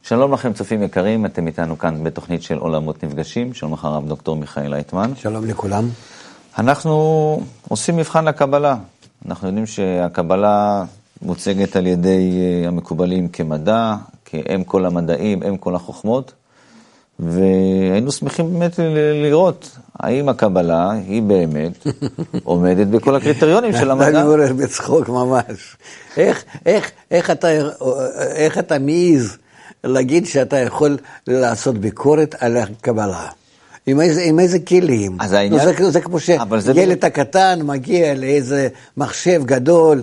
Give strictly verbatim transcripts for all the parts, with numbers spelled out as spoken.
שלום לכם צופים יקרים, אתם איתנו כאן בתוכנית של עולמות נפגשים. שלום לך הרב דוקטור מיכאל לייטמן. שלום לכולם. אנחנו עושים מבחן לקבלה. אנחנו יודעים שהקבלה מוצגת על ידי המקובלים כמדע, כאם כל המדעים, אם כל החוכמות, והיינו שמחים באמת לראות האם הקבלה היא באמת עומדת בכל הקריטריונים של המדע. אתה מעורר בצחוק ממש. איך, איך, איך אתה, איך אתה מעיז להגיד שאתה יכול לעשות ביקורת על הקבלה? עם איזה, עם איזה כלים? אז העניין... זה, זה כמו שילד הקטן מגיע לאיזה מחשב גדול,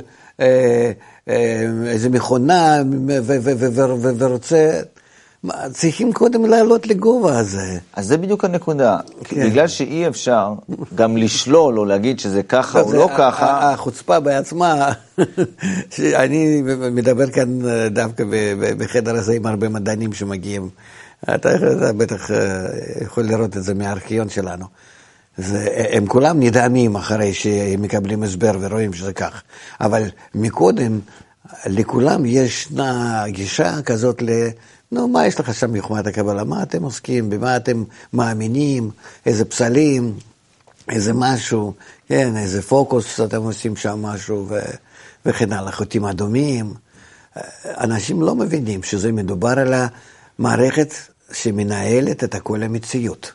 איזה מכונה, ורוצה... צריכים קודם לעלות לגובה הזה. אז זה בדיוק הנקודה. כן. בגלל שאי אפשר גם לשלול או להגיד שזה ככה או לא ככה. החוצפה בעצמה, שאני מדבר כאן דווקא בחדר הזה עם הרבה מדענים שמגיעים. אתה, אתה בטח יכול לראות את זה מהארכיון שלנו. זה, הם כולם נדהמים אחרי שהם מקבלים הסבר ורואים שזה כך. אבל מקודם, לכולם ישנה גישה כזאת ל... נו, מה יש לך שם מחוכמת הקבלה? מה אתם עוסקים? במה אתם מאמינים? איזה פסלים? איזה משהו? כן, איזה פוקוס אתם עושים שם משהו? ו... וכן הלאה, חוטים אדומים. אנשים לא מבינים שזה מדובר על המערכת שמנהלת את כל המציאות.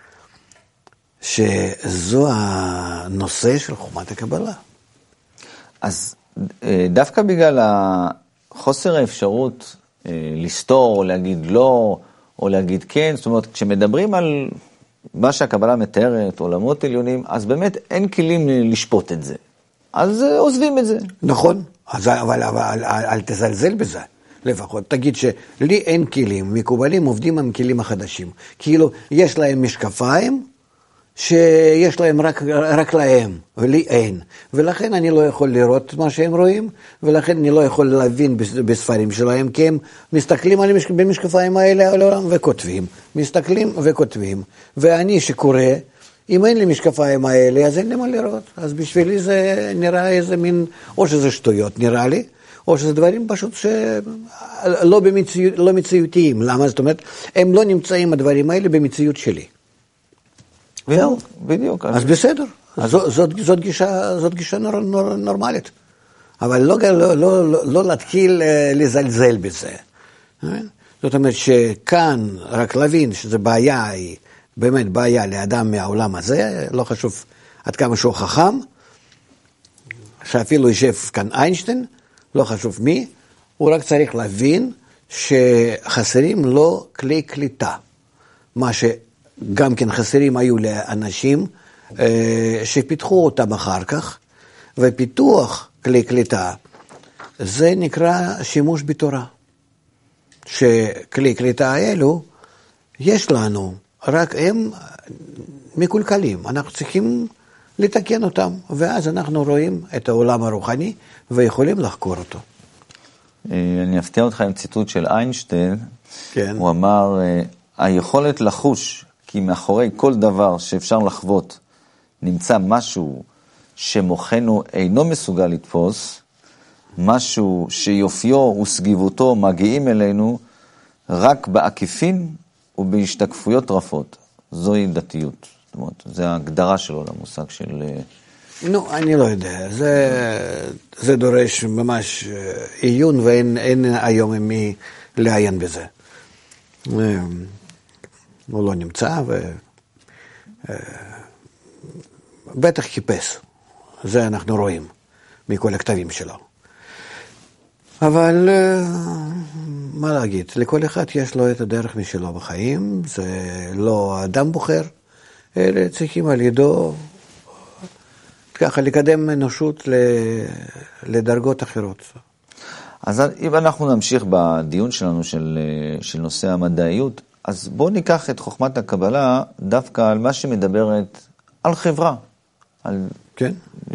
שזו הנושא של חוכמת הקבלה. אז דווקא בגלל חוסר האפשרות לסתור או להגיד לא או להגיד כן, זאת אומרת כשמדברים על מה שהקבלה מתארת, עולמות עליונים, אז באמת אין כלים לשפוט את זה. אז עוזבים את זה. נכון, אז, אבל, אבל אל, אל תזלזל בזה. לפחות תגיד שלי אין כלים, מקובלים עובדים עם כלים החדשים. כאילו יש להם משקפיים שיש להם רק, רק להם, ולי אין. ולכן אני לא יכול לראות מה שהם רואים, ולכן אני לא יכול להבין בספרים שלהם, כי הם מסתכלים על המשקפיים האלה על העולם וכותבים. מסתכלים וכותבים. ואני שקורא, אם אין לי משקפיים האלה, אז אין לי מה לראות. אז בשבילי זה נראה איזה מין, או שזה שטויות נראה לי, או שזה דברים פשוט שלא במציאות, לא מציאותיים. למה? זאת אומרת, הם לא נמצאים הדברים האלה במציאות שלי. בדיוק, בדיוק. אז בסדר, זאת גישה נורמלית. אבל לא להתחיל לזלזל בזה. זאת אומרת שכאן רק להבין שזו בעיה, היא באמת בעיה לאדם מהעולם הזה, לא חשוב עד כמה שהוא חכם, שאפילו יושב כאן איינשטיין, לא חשוב מי, הוא רק צריך להבין שחסרים לו כלי קליטה. מה ש... גם כן חסרים היו לאנשים אה, שפיתחו אותם אחר כך, ופיתוח כלי קליטה, זה נקרא שימוש בתורה. שכלי קליטה האלו, יש לנו, רק הם מקולקלים, אנחנו צריכים לתקן אותם, ואז אנחנו רואים את העולם הרוחני, ויכולים לחקור אותו. אני אפתיע אותך עם ציטוט של איינשטיין, כן. הוא אמר, היכולת לחוש, כי מאחורי כל דבר שאפשר לחוות נמצא משהו שמוחנו אינו מסוגל לתפוס, משהו שיופיו וסגיבותו מגיעים אלינו רק בעקיפין ובהשתקפויות רפות. זוהי דתיות. זאת אומרת, זה ההגדרה שלו למושג של... נו, אני לא יודע. זה, זה דורש ממש עיון ואין אין היום מי לעיין בזה. הוא לא נמצא, ובטח חיפש. זה אנחנו רואים מכל הכתבים שלו. אבל מה להגיד? לכל אחד יש לו את הדרך משלו בחיים, זה לא אדם בוחר, אלא צריכים על ידו ככה לקדם אנושות לדרגות אחרות. אז אם אנחנו נמשיך בדיון שלנו של, של נושא המדעיות, אז בואו ניקח את חוכמת הקבלה דווקא על מה שמדברת על חברה. על... כן.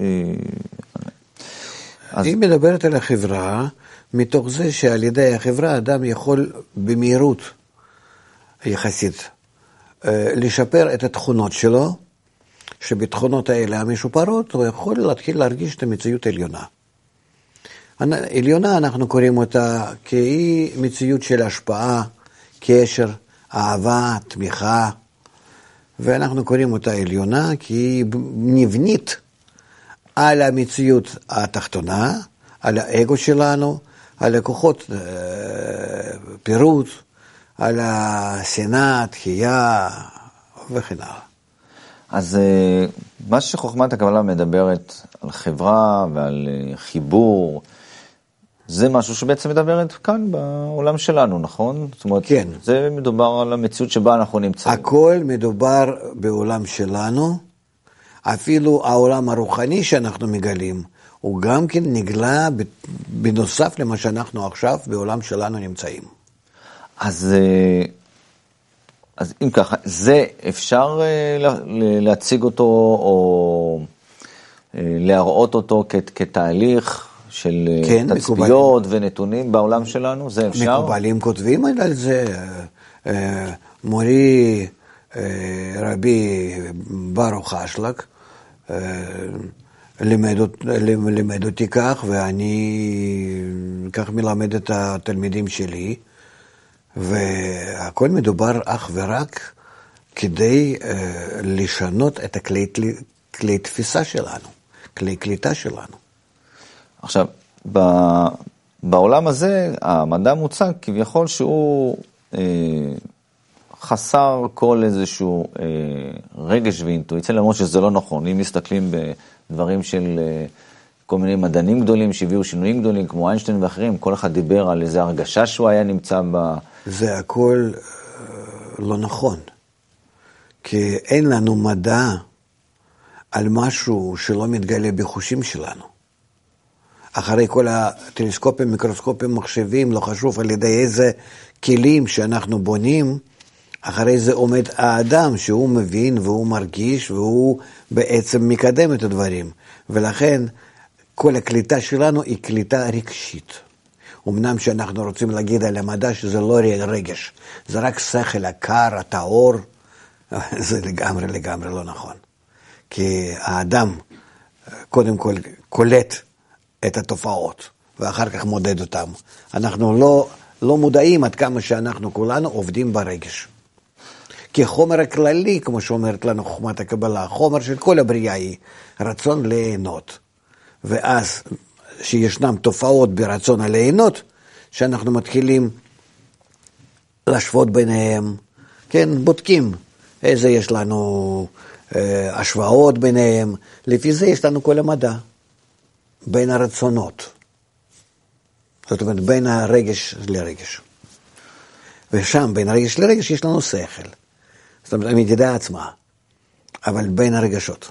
אז... היא מדברת על החברה, מתוך זה שעל ידי החברה אדם יכול במהירות יחסית לשפר את התכונות שלו, שבתכונות האלה המשופרות הוא יכול להתחיל להרגיש את המציאות העליונה. עליונה אנחנו קוראים אותה כהיא מציאות של השפעה קשר, אהבה, תמיכה, ואנחנו קוראים אותה עליונה, כי היא נבנית על המציאות התחתונה, על האגו שלנו, על הכוחות פירוט, על השנאה, תחייה וכן הלאה. אז מה שחוכמת הקבלה מדברת על חברה ועל חיבור, זה משהו שבעצם מדברת כאן בעולם שלנו, נכון? זאת אומרת, כן. זה מדובר על המציאות שבה אנחנו נמצאים. הכל מדובר בעולם שלנו, אפילו העולם הרוחני שאנחנו מגלים, הוא גם כן נגלה בנוסף למה שאנחנו עכשיו בעולם שלנו נמצאים. אז, אז אם ככה, זה אפשר להציג אותו או להראות אותו כתהליך של כן, תצפיות מקובלים. ונתונים בעולם שלנו, זה אפשר? מקובלים כותבים על זה, מורי רבי ברוך אשלג, לימד, לימד אותי כך, ואני כך מלמד את התלמידים שלי, והכל מדובר אך ורק כדי לשנות את הכלי, כלי תפיסה שלנו, כלי קליטה שלנו. עכשיו, בעולם הזה, המדע מוצג כביכול שהוא אה, חסר כל איזשהו אה, רגש ואינטואיציה, למרות שזה לא נכון. אם מסתכלים בדברים של אה, כל מיני מדענים גדולים, שהביאו שינויים גדולים, כמו איינשטיין ואחרים, כל אחד דיבר על איזו הרגשה שהוא היה נמצא ב... זה הכל אה, לא נכון. כי אין לנו מדע על משהו שלא מתגלה בחושים שלנו. אחרי כל הטלסקופים, מיקרוסקופים, מחשבים, לא חשוב על ידי איזה כלים שאנחנו בונים, אחרי זה עומד האדם שהוא מבין והוא מרגיש והוא בעצם מקדם את הדברים. ולכן כל הקליטה שלנו היא קליטה רגשית. אמנם שאנחנו רוצים להגיד על המדע שזה לא רגש, זה רק שכל, הקר, הטהור, זה לגמרי לגמרי לא נכון. כי האדם קודם כל קולט את התופעות, ואחר כך מודד אותם. אנחנו לא, לא מודעים עד כמה שאנחנו כולנו עובדים ברגש. כי חומר הכללי, כמו שאומרת לנו חוכמת הקבלה, החומר של כל הבריאה היא רצון ליהנות. ואז שישנם תופעות ברצון הליהנות, שאנחנו מתחילים להשוות ביניהם, כן, בודקים איזה יש לנו אה, השוואות ביניהם, לפי זה יש לנו כל המדע. בין הרצונות, זאת אומרת, בין הרגש לרגש. ושם, בין הרגש לרגש, יש לנו שכל. זאת אומרת, המדידה עצמה, אבל בין הרגשות.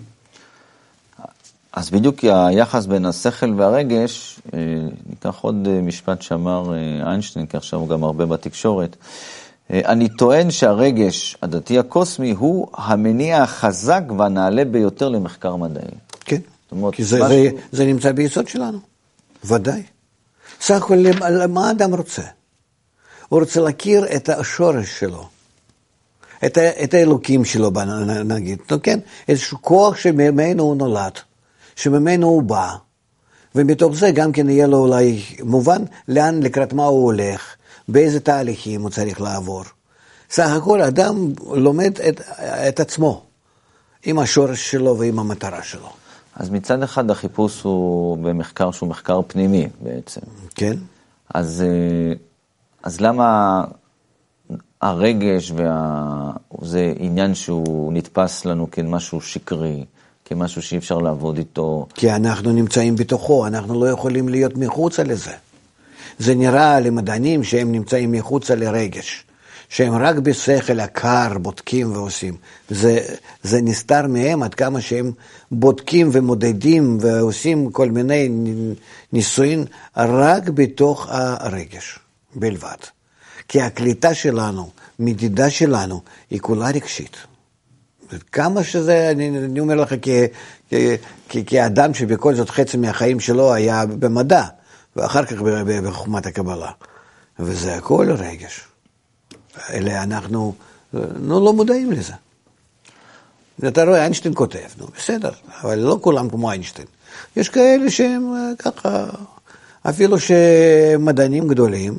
אז בדיוק היחס בין השכל והרגש, ניקח עוד משפט שאמר איינשטיין, כי עכשיו הוא גם הרבה בתקשורת, אני טוען שהרגש הדתי הקוסמי הוא המניע החזק והנעלה ביותר למחקר מדעי. כן. כי זה, זה, זה נמצא ביסוד שלנו, ודאי. סך הכל, מה האדם רוצה? הוא רוצה להכיר את השורש שלו, את, את האלוקים שלו, נגיד, כן? איזשהו כוח שממנו הוא נולד, שממנו הוא בא, ומתוך זה גם כן יהיה לו אולי מובן לאן, לקראת מה הוא הולך, באיזה תהליכים הוא צריך לעבור. סך הכל, אדם לומד את, את עצמו, עם השורש שלו ועם המטרה שלו. אז מצד אחד החיפוש הוא במחקר שהוא מחקר פנימי בעצם. כן. אז, אז למה הרגש וה... זה עניין שהוא נתפס לנו כמשהו שקרי, כמשהו שאי אפשר לעבוד איתו? כי אנחנו נמצאים בתוכו, אנחנו לא יכולים להיות מחוצה לזה. זה נראה למדענים שהם נמצאים מחוצה לרגש. שהם רק בשכל הקר בודקים ועושים. זה, זה נסתר מהם עד כמה שהם בודקים ומודדים ועושים כל מיני ניסויים רק בתוך הרגש, בלבד. כי הקליטה שלנו, מדידה שלנו, היא כולה רגשית. כמה שזה, אני, אני אומר לך, כי, כי, כי, כאדם שבכל זאת חצי מהחיים שלו היה במדע, ואחר כך בחוכמת הקבלה. וזה הכל רגש. אלה אנחנו לא, לא מודעים לזה. אתה רואה, איינשטיין כותב, נו, בסדר, אבל לא כולם כמו איינשטיין. יש כאלה שהם ככה, אפילו שמדענים גדולים,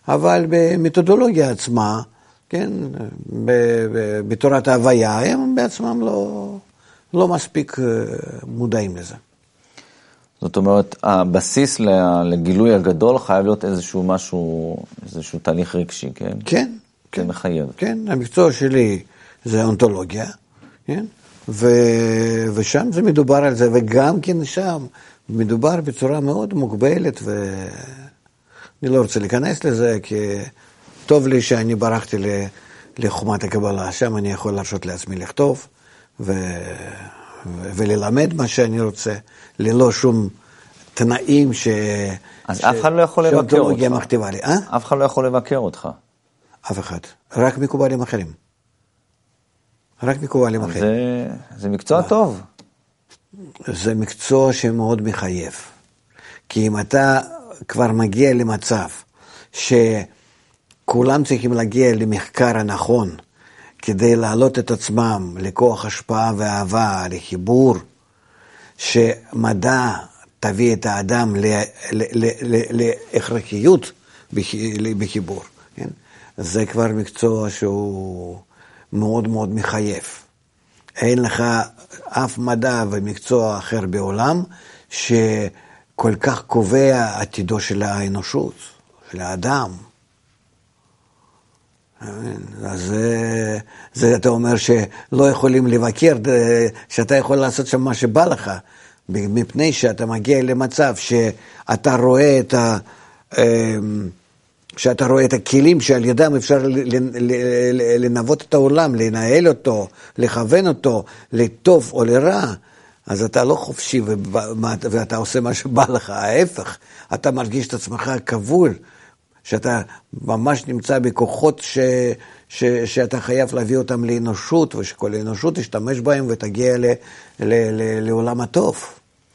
אבל במתודולוגיה עצמה, כן, בתורת ההוויה, הם בעצמם לא, לא מספיק מודעים לזה. זאת אומרת, הבסיס לגילוי הגדול חייב להיות איזשהו משהו, איזשהו תהליך רגשי, כן? כן. זה כן, מחייב. כן, המקצוע שלי זה אונתולוגיה, כן? ו, ושם זה מדובר על זה, וגם כן שם מדובר בצורה מאוד מוגבלת, ואני לא רוצה להיכנס לזה, כי טוב לי שאני ברחתי לחומת הקבלה, שם אני יכול להרשות לעצמי לכתוב, ו... וללמד מה שאני רוצה, ללא שום תנאים ש... אז ש... אף אחד לא יכול לבקר אותך. מכתיבה לי. אה? אף אחד לא יכול לבקר אותך. אף אחד. רק מקובלים אחרים. רק מקובלים אחרים. זה, זה מקצוע לא. טוב. זה מקצוע שמאוד מחייב. כי אם אתה כבר מגיע למצב שכולם צריכים להגיע למחקר הנכון, כדי להעלות את עצמם לכוח השפעה ואהבה, לחיבור, שמדע תביא את האדם להכרחיות בחיבור. כן? זה כבר מקצוע שהוא מאוד מאוד מחייב. אין לך אף מדע ומקצוע אחר בעולם שכל כך קובע עתידו של האנושות, של האדם. אז זה, זה אתה אומר שלא יכולים לבקר, שאתה יכול לעשות שם מה שבא לך, מפני שאתה מגיע למצב שאתה רואה את ה... שאתה רואה את הכלים שעל ידם אפשר לנווט את העולם, לנהל אותו, לכוון אותו, לטוב או לרע, אז אתה לא חופשי ואתה עושה מה שבא לך, ההפך, אתה מרגיש את עצמך כבול, שאתה ממש נמצא בכוחות ש, ש, שאתה חייב להביא אותם לאנושות, ושכל האנושות תשתמש בהם ותגיע ל, ל, ל, לעולם הטוב.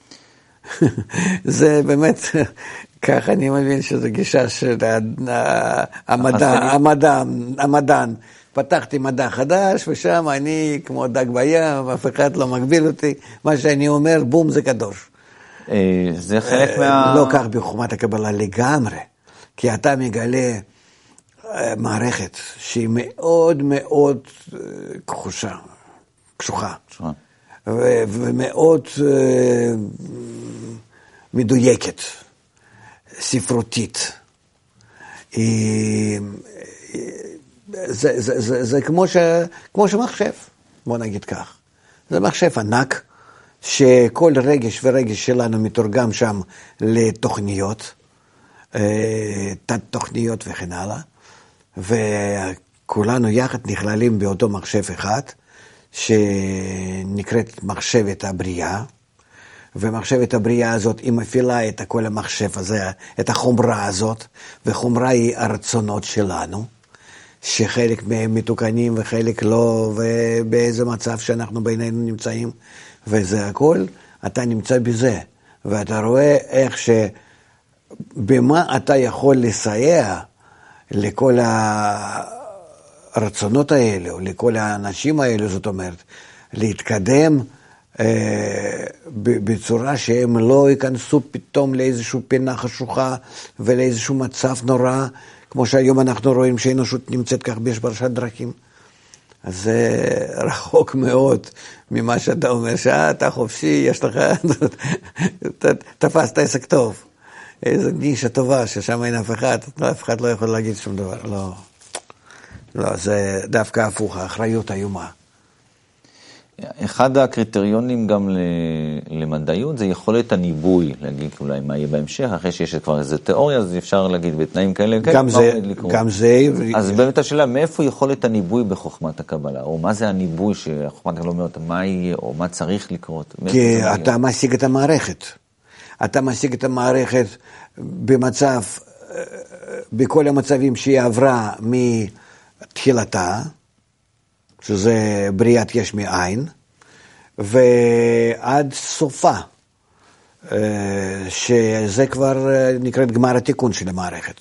זה באמת, כך אני מבין שזו גישה של המדע, המדע, המדען. פתחתי מדע חדש, ושם אני כמו דג בים, אף אחד לא מגביל אותי, מה שאני אומר, בום, זה קדוש. זה חלק מה... לא כך בחוכמת הקבלה לגמרי. כי אתה מגלה מערכת שהיא מאוד מאוד כחושה, קשוחה, ו- ומאוד מדויקת, ספרותית. היא, זה, זה, זה, זה כמו, ש, כמו שמחשב, בוא נגיד כך. זה מחשב ענק, שכל רגש ורגש שלנו מתורגם שם לתוכניות, תת תוכניות וכן הלאה, וכולנו יחד נכללים באותו מחשב אחד, שנקראת מחשבת הבריאה, ומחשבת הבריאה הזאת היא מפעילה את כל המחשב הזה, את החומרה הזאת, וחומרה היא הרצונות שלנו, שחלק מהם מתוקנים וחלק לא, ובאיזה מצב שאנחנו בינינו נמצאים, וזה הכל, אתה נמצא בזה, ואתה רואה איך ש... במה אתה יכול לסייע לכל הרצונות האלה, או לכל האנשים האלה, זאת אומרת, להתקדם אה, בצורה שהם לא ייכנסו פתאום לאיזשהו פינה חשוכה, ולאיזשהו מצב נורא, כמו שהיום אנחנו רואים שהאנושות נמצאת כך בפרשת דרכים. אז זה רחוק מאוד ממה שאתה אומר, שאתה חופשי, יש לך, תפסת עסק טוב. איזו נישה טובה, ששם אין אף אחד, אף אחד לא יכול להגיד שום דבר, לא. לא, זה דווקא הפוך, האחריות איומה. אחד הקריטריונים גם למדעיות זה יכולת הניבוי, להגיד אולי מה יהיה בהמשך, אחרי שיש כבר איזו תיאוריה, אז אפשר להגיד בתנאים כאלה, גם זה, גם זה. אז באמת השאלה, מאיפה יכולת הניבוי בחוכמת הקבלה, או מה זה הניבוי שחוכמת הקבלה אומרת, מה יהיה, או מה צריך לקרות? כי אתה משיג את המערכת. אתה משיג את המערכת במצב, בכל המצבים שהיא עברה מתחילתה, שזה בריאת יש מאין, ועד סופה, שזה כבר נקראת גמר התיקון של המערכת.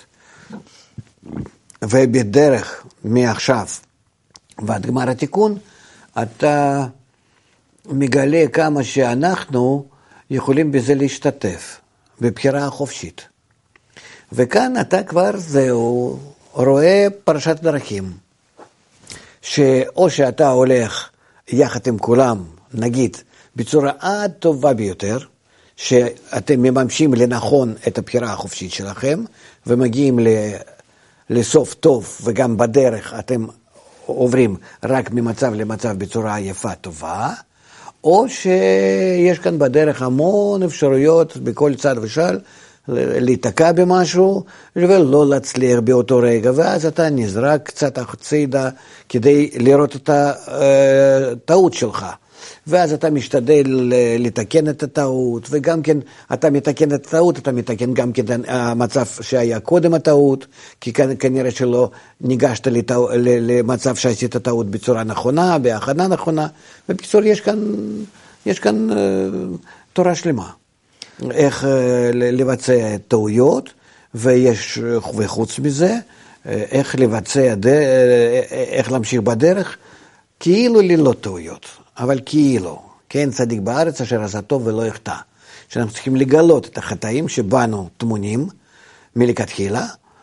ובדרך מעכשיו ועד גמר התיקון, אתה מגלה כמה שאנחנו יכולים בזה להשתתף, בבחירה החופשית. וכאן אתה כבר זהו, רואה פרשת דרכים, שאו שאתה הולך יחד עם כולם, נגיד, בצורה הטובה ביותר, שאתם מממשים לנכון את הבחירה החופשית שלכם, ומגיעים לסוף טוב, וגם בדרך אתם עוברים רק ממצב למצב בצורה יפה טובה, או שיש כאן בדרך המון אפשרויות בכל צד ושל, להתקע במשהו ולא להצליח באותו רגע, ואז אתה נזרק קצת הצידה כדי לראות את הטעות שלך. ואז אתה משתדל לתקן את הטעות, וגם כן אתה מתקן את הטעות, אתה מתקן גם כן המצב שהיה קודם הטעות, כי כנראה שלא ניגשת למצב שעשית הטעות בצורה נכונה, בהכנה נכונה, ובקצור יש כאן, יש כאן תורה שלמה. איך לבצע טעויות, ויש, וחוץ מזה, איך לבצע, איך להמשיך בדרך, כאילו ללא טעויות. אבל כאילו, כן, צדיק בארץ אשר עשה טוב ולא יחטא. שאנחנו צריכים לגלות את החטאים שבנו תמונים מלכתחילה,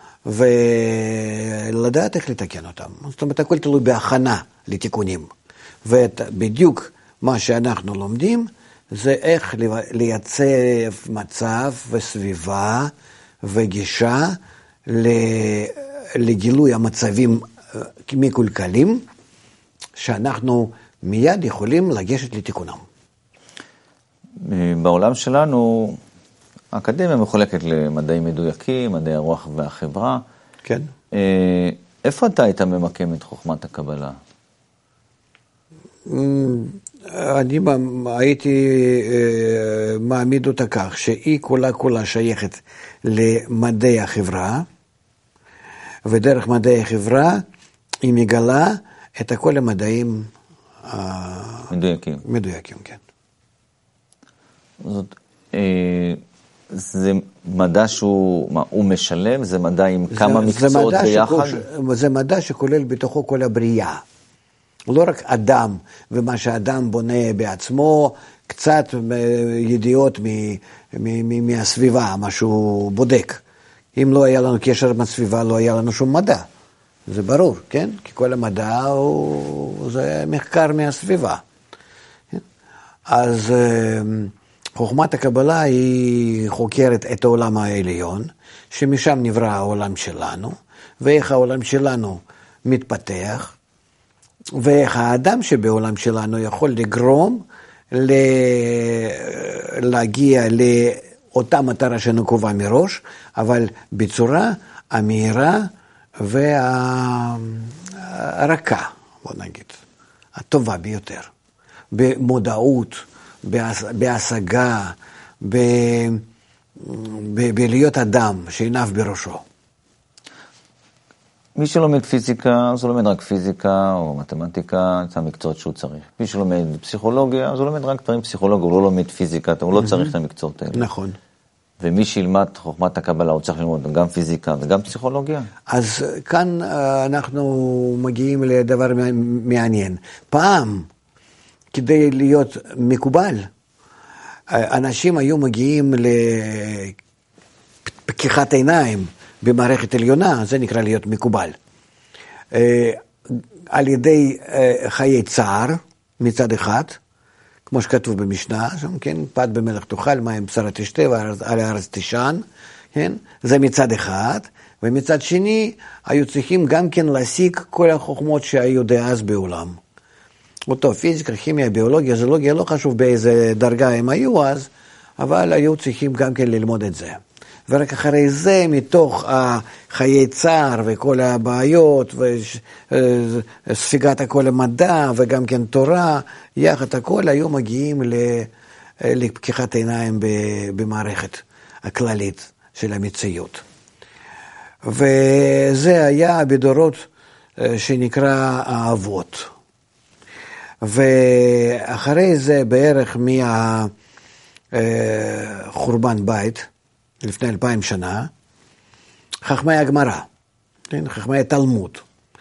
ולדעת איך לתקן אותם. זאת אומרת, הכל תלוי בהכנה לתיקונים. ובדיוק מה שאנחנו לומדים, זה איך לייצב מצב וסביבה וגישה לגילוי המצבים מקולקלים, שאנחנו מיד יכולים לגשת לתיקונם. בעולם שלנו, האקדמיה מחולקת למדעים מדויקים, מדעי הרוח והחברה. כן. איפה אתה היית ממקם את חוכמת הקבלה? אני הייתי מעמיד אותה כך, שהיא כולה כולה שייכת למדעי החברה, ודרך מדעי החברה היא מגלה את כל המדעים מדויקים. מדויקים, כן. זאת, זה מדע שהוא, מה, הוא משלם? זה מדע עם כמה מקצועות ביחד? זה מדע שכולל בתוכו כל הבריאה. לא רק אדם, ומה שאדם בונה בעצמו, קצת ידיעות מהסביבה, מה שהוא בודק. אם לא היה לנו קשר עם הסביבה, לא היה לנו שום מדע. זה ברור, כן? כי כל המדע הוא, זה מחקר מהסביבה. אז חוכמת הקבלה היא חוקרת את העולם העליון, שמשם נברא העולם שלנו, ואיך העולם שלנו מתפתח, ואיך האדם שבעולם שלנו יכול לגרום ל... להגיע לאותה מטרה שנקובה מראש, אבל בצורה המהירה והרכה, בוא נגיד, הטובה ביותר. במודעות, בהשגה, ב... ב... בלהיות אדם שעיניו בראשו. מי שלומד פיזיקה, אז הוא לומד רק פיזיקה או מתמטיקה, זה המקצועות שהוא צריך. מי שלומד פסיכולוגיה, אז הוא לומד רק דברים פסיכולוגיה, הוא לא לומד פיזיקה, הוא לא צריך את המקצועות האלה. נכון. ומי שילמד חוכמת הקבלה, הוא צריך ללמוד גם פיזיקה וגם פסיכולוגיה. אז כאן אנחנו מגיעים לדבר מעניין. פעם, כדי להיות מקובל, אנשים היו מגיעים לפקיחת עיניים, במערכת עליונה, זה נקרא להיות מקובל. על ידי חיי צער, מצד אחד, כמו שכתוב במשנה, שם, כן, פת במלך תאכל, מים בשר תשתה, ועל הארץ תישן, כן, זה מצד אחד, ומצד שני, היו צריכים גם כן להשיג כל החוכמות שהיו דאז בעולם. אותו פיזיקה, כימיה, ביולוגיה, זולוגיה, לא חשוב באיזה דרגה הם היו אז, אבל היו צריכים גם כן ללמוד את זה. ורק אחרי זה, מתוך חיי צער וכל הבעיות, וספיגת הכל המדע, וגם כן תורה, יחד הכל, היו מגיעים לפקיחת עיניים במערכת הכללית של המציאות. וזה היה בדורות שנקרא האבות. ואחרי זה, בערך מהחורבן בית, לפני אלפיים שנה, חכמי הגמרא, כן? חכמי תלמוד,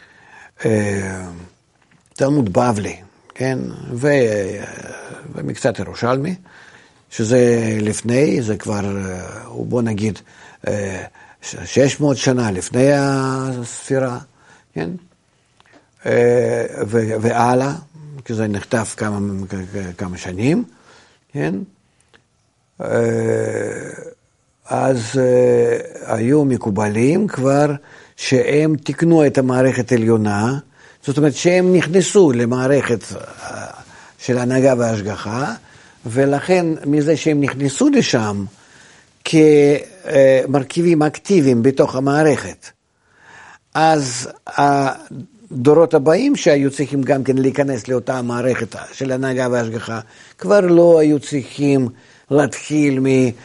תלמוד בבלי, כן? ו... ומקצת ירושלמי, שזה לפני, זה כבר, בוא נגיד, שש מאות שנה לפני הספירה, כן? והלאה, כי זה נכתב כמה, כמה שנים, כן? אז היו מקובלים כבר שהם תקנו את המערכת העליונה, זאת אומרת שהם נכנסו למערכת של הנהגה והשגחה, ולכן מזה שהם נכנסו לשם כמרכיבים אקטיביים בתוך המערכת, אז הדורות הבאים שהיו צריכים גם כן להיכנס לאותה מערכת של הנהגה והשגחה, כבר לא היו צריכים להתחיל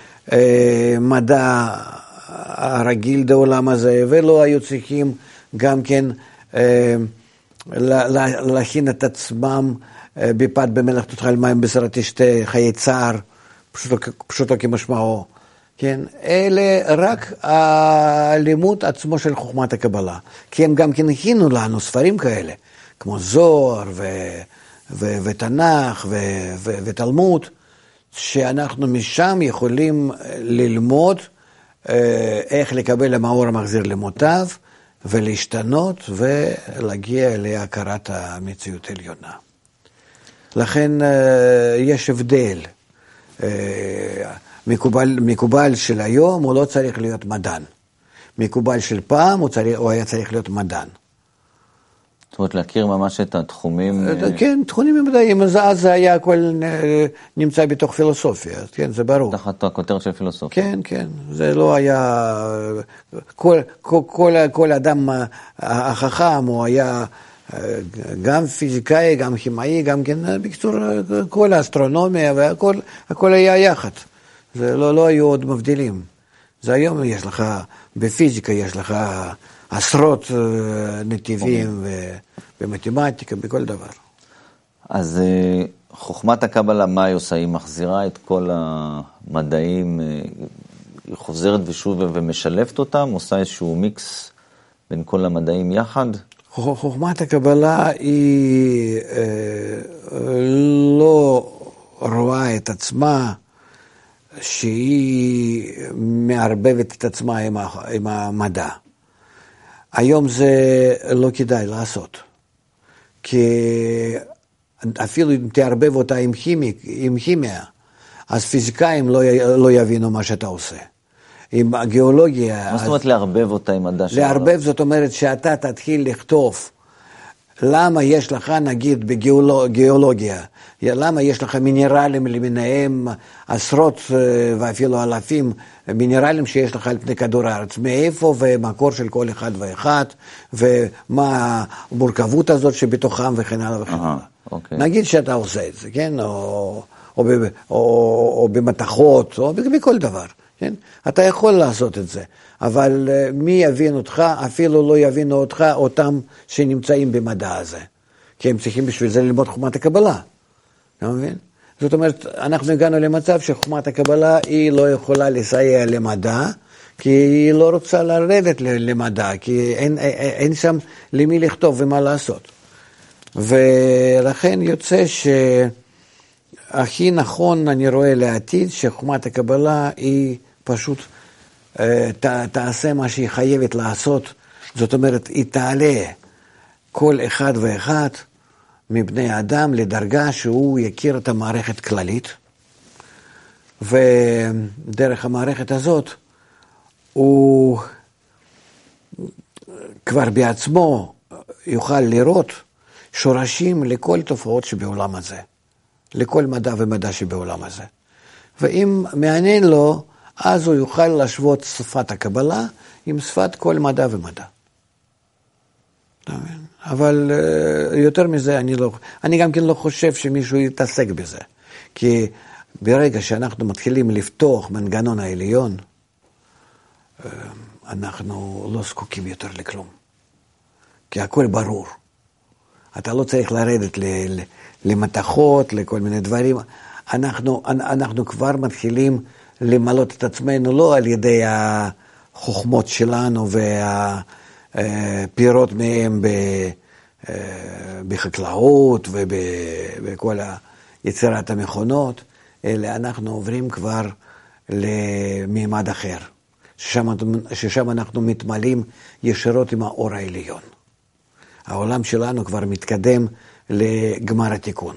ממדע הרגיל בעולם הזה, ולא היו צריכים גם כן להכין את עצמם בפת במלח תאכל מים בשר תשתה חיי צער, פשוטו, פשוטו כמשמעו, כן? אלה רק הלימוד עצמו של חוכמת הקבלה, כי הם גם כן הכינו לנו ספרים כאלה, כמו זוהר ו, ו, ותנ"ך ו, ו, ותלמוד, שאנחנו משם יכולים ללמוד איך לקבל המאור המחזיר למותיו, ולהשתנות ולהגיע להכרת המציאות העליונה. לכן יש הבדל. מקובל, מקובל של היום הוא לא צריך להיות מדען. מקובל של פעם הוא, צריך, הוא היה צריך להיות מדען. זאת אומרת, להכיר ממש את התחומים... כן, תחומים מדעיים, אז זה היה הכל נמצא בתוך פילוסופיה, כן, זה ברור. תחת הכותרת של פילוסופיה. כן, כן, זה לא היה... כל, כל, כל, כל אדם החכם הוא היה גם פיזיקאי, גם כימאי, גם כן, בקצור, כל האסטרונומיה והכל, הכל היה יחד. זה לא, לא היו עוד מבדילים. זה היום יש לך, בפיזיקה יש לך עשרות נתיבים במתמטיקה, בכל דבר. אז חוכמת הקבלה, מה היא עושה? היא מחזירה את כל המדעים, היא חוזרת ושוב ומשלבת אותם, עושה איזשהו מיקס בין כל המדעים יחד? חוכמת הקבלה היא לא רואה את עצמה, שהיא מערבבת את עצמה עם המדע. היום זה לא כדאי לעשות, כי אפילו אם תערבב אותה עם, כימי, עם כימיה, אז פיזיקאים לא, לא יבינו מה שאתה עושה. עם הגיאולוגיה... מה זאת אומרת לערבב אותה עם מדע שלנו? לערבב זאת אומרת שאתה תתחיל לכתוב למה יש לך, נגיד, בגיאולוגיה, למה יש לך מינרלים למיניהם, עשרות ואפילו אלפים מינרלים שיש לך על פני כדור הארץ, מאיפה ומקור של כל אחד ואחד, ומה המורכבות הזאת שבתוכם וכן הלאה וכן הלאה. אוקיי. נגיד שאתה עושה את זה, כן? או, או, או, או, או במתכות, או בכל דבר. כן? אתה יכול לעשות את זה, אבל מי יבין אותך, אפילו לא יבינו אותך, אותם שנמצאים במדע הזה. כי הם צריכים בשביל זה ללמוד חוכמת הקבלה. אתה מבין? זאת אומרת, אנחנו הגענו למצב שחוכמת הקבלה היא לא יכולה לסייע למדע, כי היא לא רוצה לרדת למדע, כי אין, אין, אין שם למי לכתוב ומה לעשות. ולכן יוצא שהכי נכון אני רואה לעתיד, שחוכמת הקבלה היא פשוט ת, תעשה מה שהיא חייבת לעשות, זאת אומרת, היא תעלה כל אחד ואחד מבני האדם לדרגה שהוא יכיר את המערכת כללית, ודרך המערכת הזאת הוא כבר בעצמו יוכל לראות שורשים לכל תופעות שבעולם הזה, לכל מדע ומדע שבעולם הזה. ואם מעניין לו, אז הוא יוכל להשוות שפת הקבלה עם שפת כל מדע ומדע. אבל יותר מזה, אני, לא, אני גם כן לא חושב שמישהו יתעסק בזה. כי ברגע שאנחנו מתחילים לפתוח מנגנון העליון, אנחנו לא זקוקים יותר לכלום. כי הכל ברור. אתה לא צריך לרדת למתכות, לכל מיני דברים. אנחנו, אנחנו כבר מתחילים למלות את עצמנו לא על ידי החוכמות שלנו והפירות מהם בחקלאות ובכל יצירת המכונות, אלא אנחנו עוברים כבר למימד אחר, ששם, ששם אנחנו מתמלאים ישירות עם האור העליון. העולם שלנו כבר מתקדם לגמר התיקון.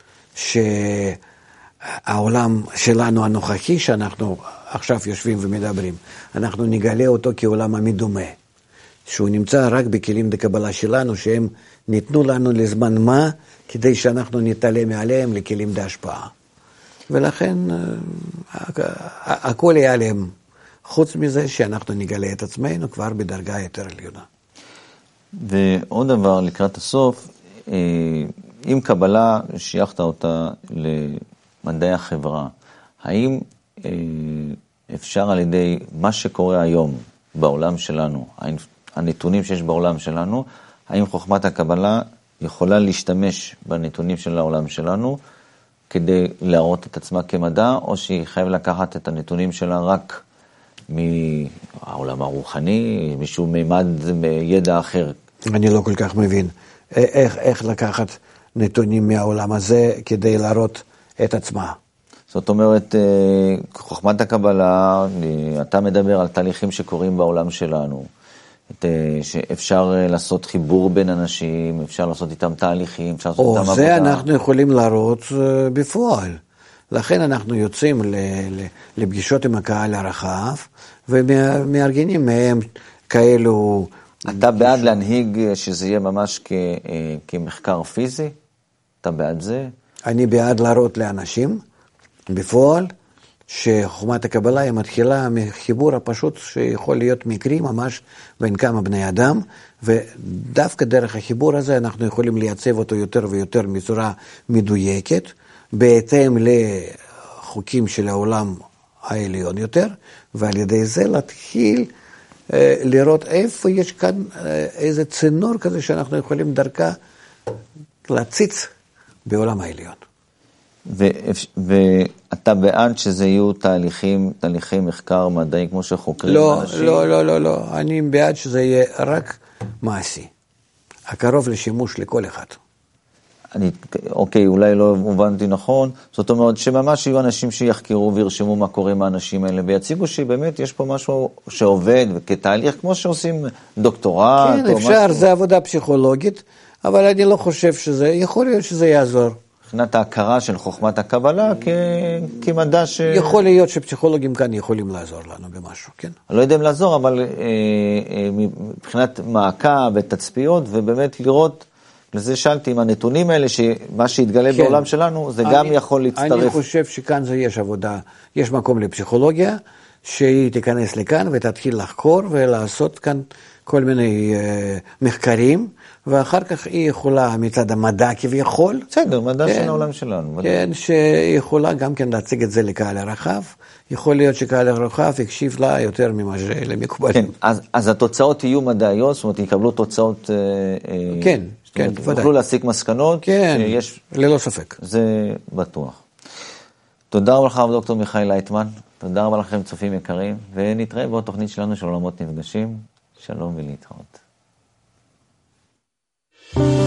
שהעולם שלנו הנוכחי, שאנחנו עכשיו יושבים ומדברים, אנחנו נגלה אותו כעולם המדומה. שהוא נמצא רק בכלים דקבלה שלנו, שהם ניתנו לנו לזמן מה, כדי שאנחנו נתעלה מעליהם לכלים דהשפעה. ולכן הכל ייעלם, חוץ מזה שאנחנו נגלה את עצמנו כבר בדרגה יותר עליונה. ועוד דבר לקראת הסוף, אם קבלה שייכת אותה למדעי החברה, האם אפשר על ידי מה שקורה היום בעולם שלנו, הנתונים שיש בעולם שלנו, האם חוכמת הקבלה יכולה להשתמש בנתונים של העולם שלנו, כדי להראות את עצמה כמדע, או שהיא חייב לקחת את הנתונים שלה רק מהעולם הרוחני, משהו מימד ידע אחר? אני לא כל כך מבין. איך, איך לקחת נתונים מהעולם הזה כדי להראות את עצמה? זאת אומרת, חוכמת הקבלה, אתה מדבר על תהליכים שקורים בעולם שלנו, שאפשר לעשות חיבור בין אנשים, אפשר לעשות איתם תהליכים, אפשר לעשות איתם עבודה. או זה אנחנו יכולים להראות בפועל. לכן אנחנו יוצאים לפגישות עם הקהל הרחב, ומארגנים מהם כאלו... אתה בעד להנהיג שזה יהיה ממש כמחקר פיזי? אתה בעד זה? אני בעד להראות לאנשים בפועל, שחוכמת הקבלה היא מתחילה מחיבור הפשוט שיכול להיות מקרי ממש בין כמה בני אדם, ודווקא דרך החיבור הזה אנחנו יכולים לייצב אותו יותר ויותר בצורה מדויקת, בהתאם לחוקים של העולם העליון יותר, ועל ידי זה להתחיל אה, לראות איפה יש כאן אה, איזה צינור כזה שאנחנו יכולים דרכה להציץ בעולם העליון. ואתה בעד שזה יהיו תהליכים, תהליכי מחקר מדעי כמו שחוקרים לא, אנשים? לא, לא, לא, לא. אני בעד שזה יהיה רק מעשי. הקרוב לשימוש לכל אחד. אני, אוקיי, אולי לא הבנתי נכון. זאת אומרת שממש יהיו אנשים שיחקרו וירשמו מה קורה עם האנשים האלה, ויציגו שבאמת יש פה משהו שעובד, וכתהליך כמו שעושים דוקטורט. כן, אפשר, משהו. זה עבודה פסיכולוגית, אבל אני לא חושב שזה, יכול להיות שזה יעזור. מבחינת ההכרה של חוכמת הקבלה כ... כמדע ש... יכול להיות שפסיכולוגים כאן יכולים לעזור לנו במשהו, כן? אני לא יודע אם לעזור, אבל אה, אה, מבחינת מעקה ותצפיות, ובאמת לראות, לזה שאלתי, עם הנתונים האלה, שמה שהתגלה כן. בעולם שלנו, זה אני, גם יכול להצטרף. אני חושב שכאן זה יש עבודה, יש מקום לפסיכולוגיה, שהיא תיכנס לכאן ותתחיל לחקור ולעשות כאן כל מיני אה, מחקרים, ואחר כך היא יכולה מצד המדע כביכול. בסדר, מדע כן, של העולם שלנו. כן, מדע. שהיא יכולה גם כן להציג את זה לקהל הרחב. יכול להיות שקהל הרחב יקשיב לה יותר ממה שלמקובל. כן, אז, אז התוצאות יהיו מדעיות, זאת אומרת, יקבלו תוצאות... כן, כן, ודאי. יוכלו להסיק מסקנות. כן, שיש, ללא ספק. זה בטוח. תודה רבה לך, דוקטור מיכאל לייטמן. תודה רבה לכם, צופים יקרים, ונתראה בעוד תוכנית שלנו של עולמות נפגשים. שלום ולהתראות.